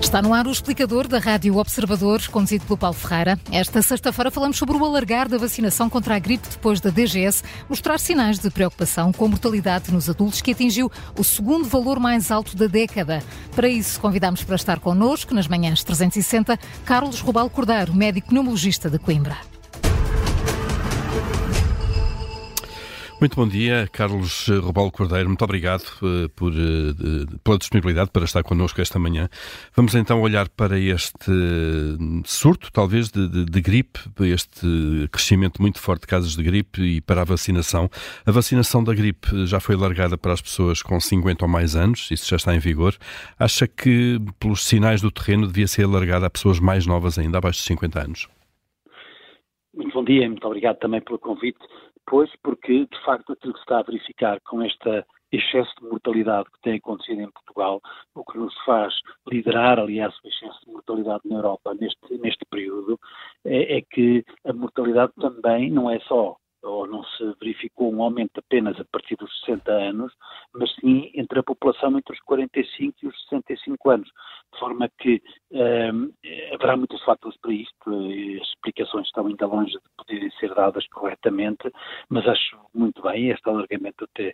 Está no ar o explicador da Rádio Observador, conduzido pelo Paulo Ferreira. Esta sexta-feira falamos sobre o alargar da vacinação contra a gripe depois da DGS mostrar sinais de preocupação com a mortalidade nos adultos, que atingiu o segundo valor mais alto da década. Para isso, convidamos para estar connosco, nas manhãs 360, Carlos Robal Cordeiro, médico pneumologista de Coimbra. Muito bom dia, Carlos Robal Cordeiro. Muito obrigado pela disponibilidade para estar connosco esta manhã. Vamos então olhar para este surto, talvez, de gripe, este crescimento muito forte de casos de gripe e para a vacinação. A vacinação da gripe já foi alargada para as pessoas com 50 ou mais anos, isso já está em vigor. Acha que, pelos sinais do terreno, devia ser alargada a pessoas mais novas ainda, abaixo de 50 anos? Muito bom dia, muito obrigado também pelo convite. Pois, porque, de facto, aquilo que se está a verificar com este excesso de mortalidade que tem acontecido em Portugal, o que nos faz liderar, aliás, o excesso de mortalidade na Europa neste período, é que a mortalidade também não é só, ou não se verificou um aumento apenas a partir dos 60 anos, mas sim entre a população entre os 45 e os 65 anos. De forma que haverá muitos fatores para isto, as explicações estão ainda longe de poderem ser dadas corretamente, mas acho muito bem este alargamento até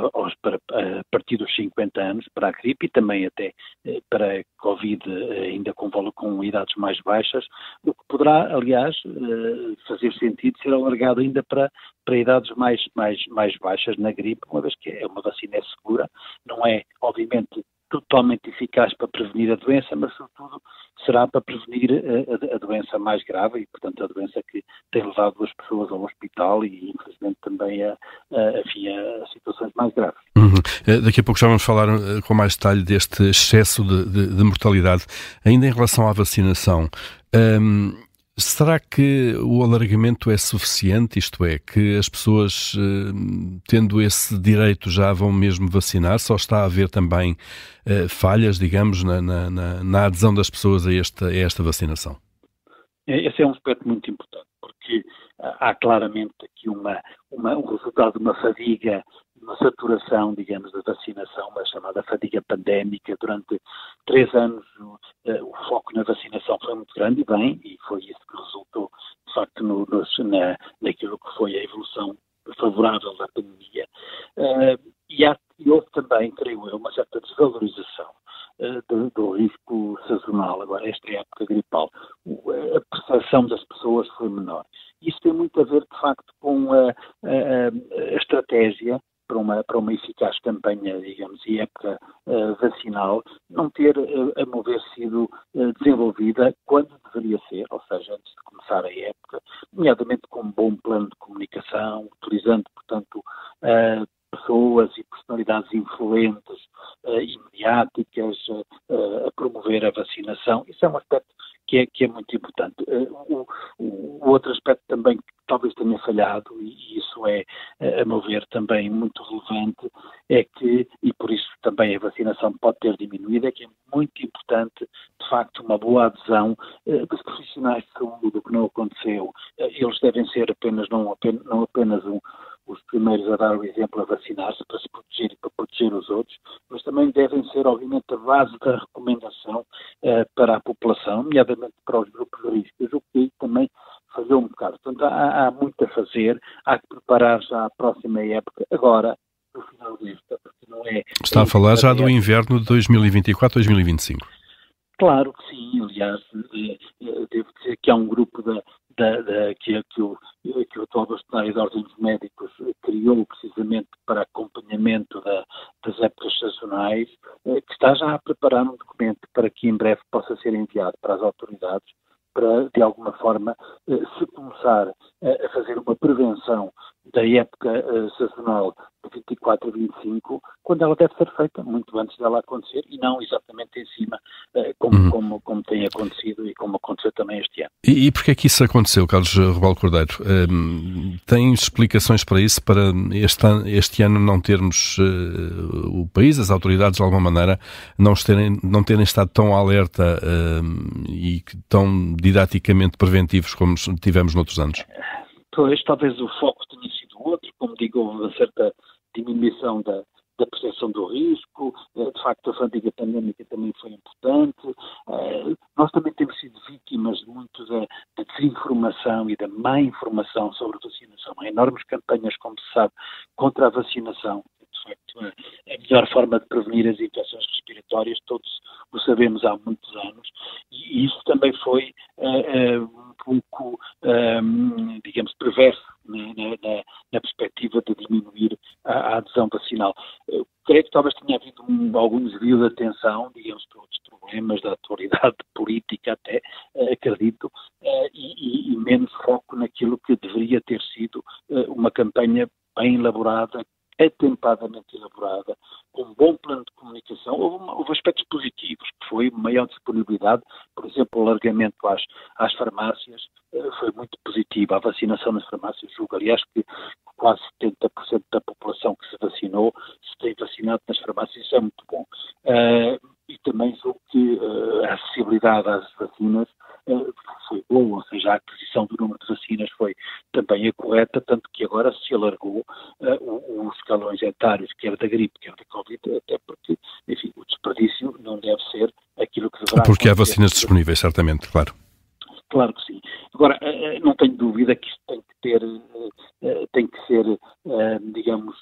a partir dos 50 anos para a gripe e também até para a Covid, ainda com idades mais baixas, o que poderá, aliás, fazer sentido ser alargado ainda para idades mais baixas na gripe, uma vez que é uma vacina segura, não é, obviamente, totalmente eficaz para prevenir a doença, mas, sobretudo, será para prevenir a doença mais grave e, portanto, a doença que tem levado as pessoas ao hospital e, infelizmente, também a situações mais graves. Daqui a pouco já vamos falar com mais detalhe deste excesso de mortalidade. Ainda em relação à vacinação, será que o alargamento é suficiente? Isto é, que as pessoas, tendo esse direito, já vão mesmo vacinar? Só está a haver também falhas, digamos, na adesão das pessoas a esta vacinação? Esse é um aspecto muito importante, porque há claramente aqui um resultado de uma fadiga, uma saturação, digamos, da vacinação, uma chamada fadiga pandémica. Durante 3 anos o foco na vacinação foi muito grande e bem, e foi isso que resultou, de facto, naquilo que foi a evolução favorável da pandemia. E houve também, creio eu, uma certa desvalorização do risco sazonal. Agora, esta é a época gripal. A percepção das pessoas foi menor. Isso tem muito a ver, de facto, com a estratégia para uma eficaz campanha, digamos, e época vacinal, não ter, a meu ver, sido desenvolvida quando deveria ser, ou seja, antes de começar a época, nomeadamente com um bom plano de comunicação, utilizando, portanto, pessoas e personalidades influentes e mediáticas a promover a vacinação. Isso é um aspecto que é muito importante. O outro aspecto também que talvez tenha falhado, e isso é, a meu ver, também muito relevante, é que, e por isso também a vacinação pode ter diminuído, é que é muito importante, de facto, uma boa adesão dos profissionais de saúde, o que não aconteceu. Eles devem ser não apenas os primeiros a dar o exemplo a vacinar-se para se proteger e para proteger os outros, mas também devem ser, obviamente, a base da recomendação para a população, nomeadamente para os grupos de risco, o que também falhou um bocado. Portanto, há muito a fazer, há que preparar já a próxima época, agora, no final desta, porque não é... Está a falar já do inverno de 2024-2025. Claro que sim, aliás, devo dizer que há um grupo que o atual bastonário de ordens médicos criou precisamente para acompanhamento das épocas sazonais, que está já a preparar um documento para que em breve possa ser enviado para as autoridades, para, de alguma forma, se começar a fazer uma prevenção da época sazonal de 24 a 25, quando ela deve ser feita, muito antes dela acontecer, e não exatamente em cima, como tem acontecido e como aconteceu também este ano. E porquê é que isso aconteceu, Carlos Robal Cordeiro? Tem explicações para isso, para este ano não termos o país, as autoridades, de alguma maneira, não terem estado tão alerta e tão didaticamente preventivos como tivemos noutros anos? Pois, talvez o foco tenha sido outro, como digo, houve uma certa diminuição da percepção do risco, de facto a fadiga pandémica também foi importante. Nós também temos sido vítimas de muito da desinformação e da má informação sobre a vacinação. Há enormes campanhas, como se sabe, contra a vacinação. De facto, a melhor forma de prevenir as infecções respiratórias, todos o sabemos há muitos anos, e isso também foi um pouco, digamos, perverso na perspectiva de diminuir a adesão vacinal. Creio que talvez tenha havido algum desvio de atenção, digamos, para outros problemas da atualidade política até, acredito, e menos foco naquilo que deveria ter sido uma campanha bem elaborada, atempadamente elaborada, com um bom plano de comunicação. Houve aspectos positivos, que foi maior disponibilidade, por exemplo, o alargamento às farmácias foi muito positivo. A vacinação nas farmácias, julgo, aliás, que quase 70% da população que se vacinou se tem vacinado nas farmácias, isso é muito bom. E também julgo que a acessibilidade às vacinas foi boa, ou seja, a aquisição do número de vacinas foi também a correta, tanto que agora se alargou os escalões etários, quer da gripe, quer da Covid, até porque, enfim, o desperdício não deve ser aquilo que deverá Porque há acontecer. vacinas disponíveis, certamente, claro. Claro que sim. Agora, não tenho dúvida que isto tem que ser, digamos,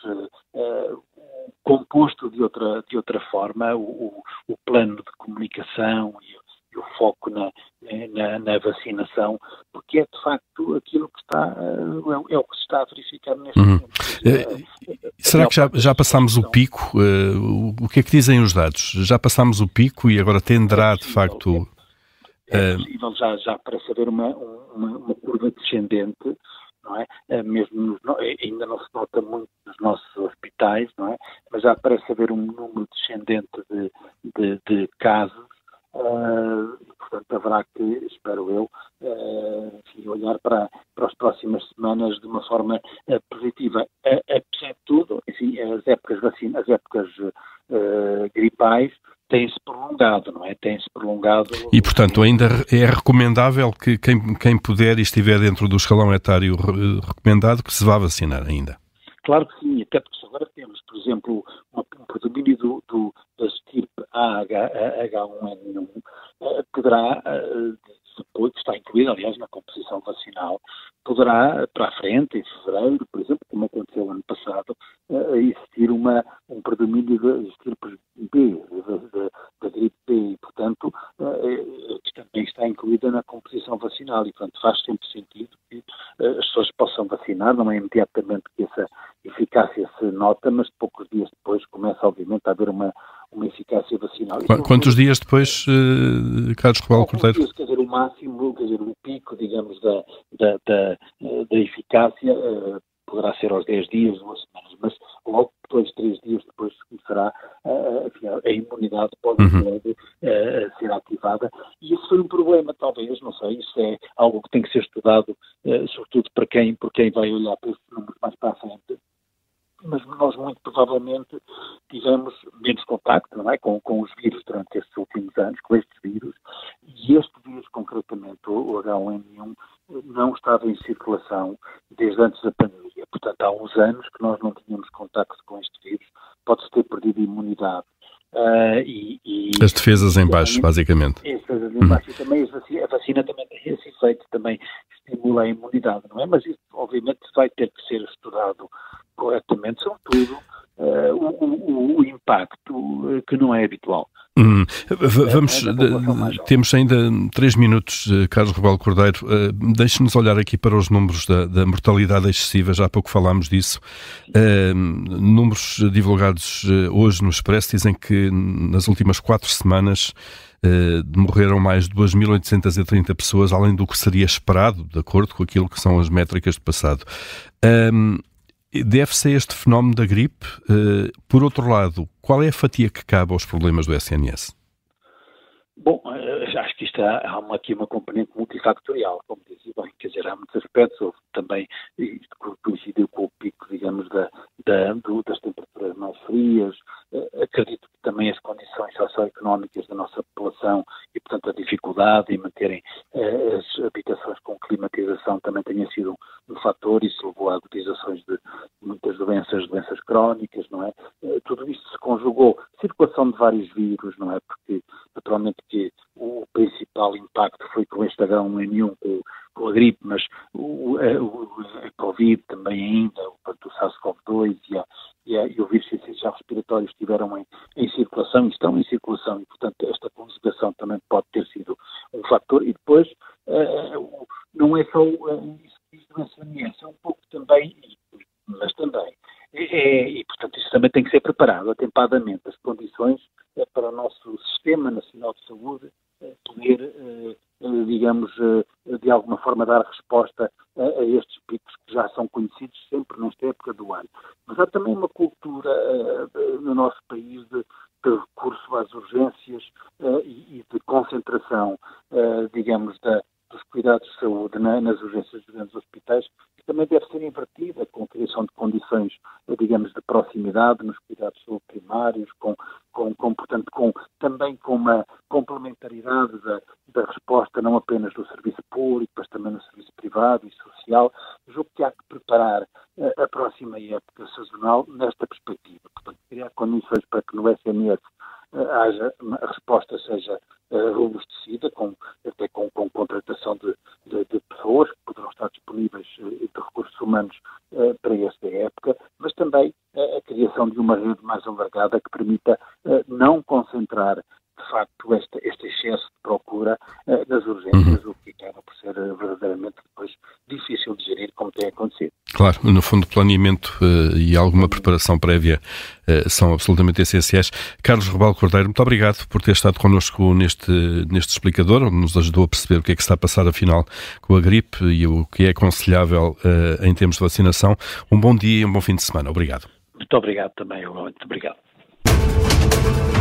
composto de outra forma, o plano de comunicação e o foco na vacinação, porque é de facto aquilo que é o que se está a verificar neste momento. Será que já passámos o pico? O que é que dizem os dados? Já passámos o pico e agora tenderá, de facto... É possível já para saber uma curva descendente, não é? Mesmo ainda não se nota muito nos nossos hospitais, não é? Mas já parece haver um número descendente de casos, e portanto haverá que, espero eu, enfim, olhar para as próximas semanas de uma forma positiva. Apesar de tudo, enfim, as épocas gripais têm-se prolongado, não é? Têm-se prolongado. E, portanto, ainda é recomendável que quem puder e estiver dentro do escalão etário recomendado que se vá vacinar ainda? Claro que sim, até porque agora temos, por exemplo, um predomínio da estirpe H1N1, poderá, que está incluído, aliás, na composição vacinal, poderá, para a frente, em fevereiro, por exemplo, como aconteceu ano passado, existir um predomínio da estirpe B, da gripe B, e, portanto, que também está incluída na composição vacinal, e, portanto, faz sempre sentido que as pessoas possam vacinar, não é imediatamente que essa eficácia se nota, mas poucos dias depois começa, obviamente, a haver uma eficácia vacinal. Quantos dias depois, Carlos Rebelo Cordeiro? Quer dizer, o máximo, quer dizer, o pico, digamos, da eficácia poderá ser aos 10 dias, 2 semanas, mas logo 2, 3 dias depois começará a imunidade pode ser ativada, e isso foi um problema, talvez, não sei, isso é algo que tem que ser estudado, sobretudo por quem vai olhar para esses números mais para a frente. Mas nós muito provavelmente tivemos menos contacto, não é, com os vírus durante estes últimos anos, com estes vírus, e este vírus concretamente, o H1N1, não estava em circulação desde antes da pandemia. Portanto, há uns anos que nós não tínhamos contacto com este vírus, pode-se ter perdido a imunidade. As defesas em baixo, basicamente. As defesas em baixo, e também a vacina também tem esse efeito, também estimula a imunidade, não é? Mas isso, obviamente, vai ter que ser estudado corretamente, sobretudo o impacto que não é habitual. Temos ainda 3 minutos, Carlos Rebelo Cordeiro. Deixe-nos olhar aqui para os números da mortalidade excessiva, já há pouco falámos disso. Números divulgados hoje no Expresso dizem que nas últimas 4 semanas morreram mais de 2.830 pessoas, além do que seria esperado, de acordo com aquilo que são as métricas do passado. Deve-se a este fenómeno da gripe? Por outro lado, qual é a fatia que cabe aos problemas do SNS? Bom, acho que há aqui uma componente multifactorial, como dizia bem, quer dizer, há muitos aspectos, houve também, coincidiu com o pico, digamos, das temperaturas mais frias, acredito que também as condições socioeconómicas da nossa população e, portanto, a dificuldade em manterem as habitações com climatização também tenha sido um fator. fator, isso levou a agudizações de muitas doenças crónicas, não é? Tudo isto se conjugou, circulação de vários vírus, não é? Porque, naturalmente, que o principal impacto foi com este H1N1, com a gripe, mas a Covid também ainda, o SARS-CoV-2 e o vírus essencial respiratório estiveram em circulação, estão em circulação, e, portanto, esta conjugação também pode ter sido um fator. E depois, não é só isso que diz doença OMS, é um pouco também, mas também, e, portanto, isso também tem que ser preparado atempadamente, as condições para o nosso Sistema Nacional de Saúde poder, digamos, de alguma forma dar resposta a estes picos que já são conhecidos sempre nesta época do ano. Mas há também uma cultura no nosso país de recurso às urgências e de concentração, digamos, dos cuidados de saúde nas urgências dos grandes hospitais, que também deve ser invertida com a criação de condições, digamos, de proximidade nos cuidados de saúde primários, portanto, também com uma complementaridade da resposta não apenas do serviço público, mas também no serviço privado e social. Julgo que há que preparar a próxima época sazonal nesta perspectiva. Portanto, criar condições para que no SNS a resposta seja robustecida, até com contratação de pessoas que poderão estar disponíveis de recursos humanos para esta época, mas também a criação de uma rede mais alargada que permita não concentrar, de facto, este excesso de procura nas urgências, o que acaba por ser verdadeiramente depois difícil de gerir, como tem acontecido. Claro, no fundo, planeamento e alguma preparação prévia são absolutamente essenciais. Carlos Rebelo Cordeiro, muito obrigado por ter estado connosco neste explicador, onde nos ajudou a perceber o que é que está a passar, afinal, com a gripe e o que é aconselhável em termos de vacinação. Um bom dia e um bom fim de semana. Obrigado. Muito obrigado também, muito obrigado.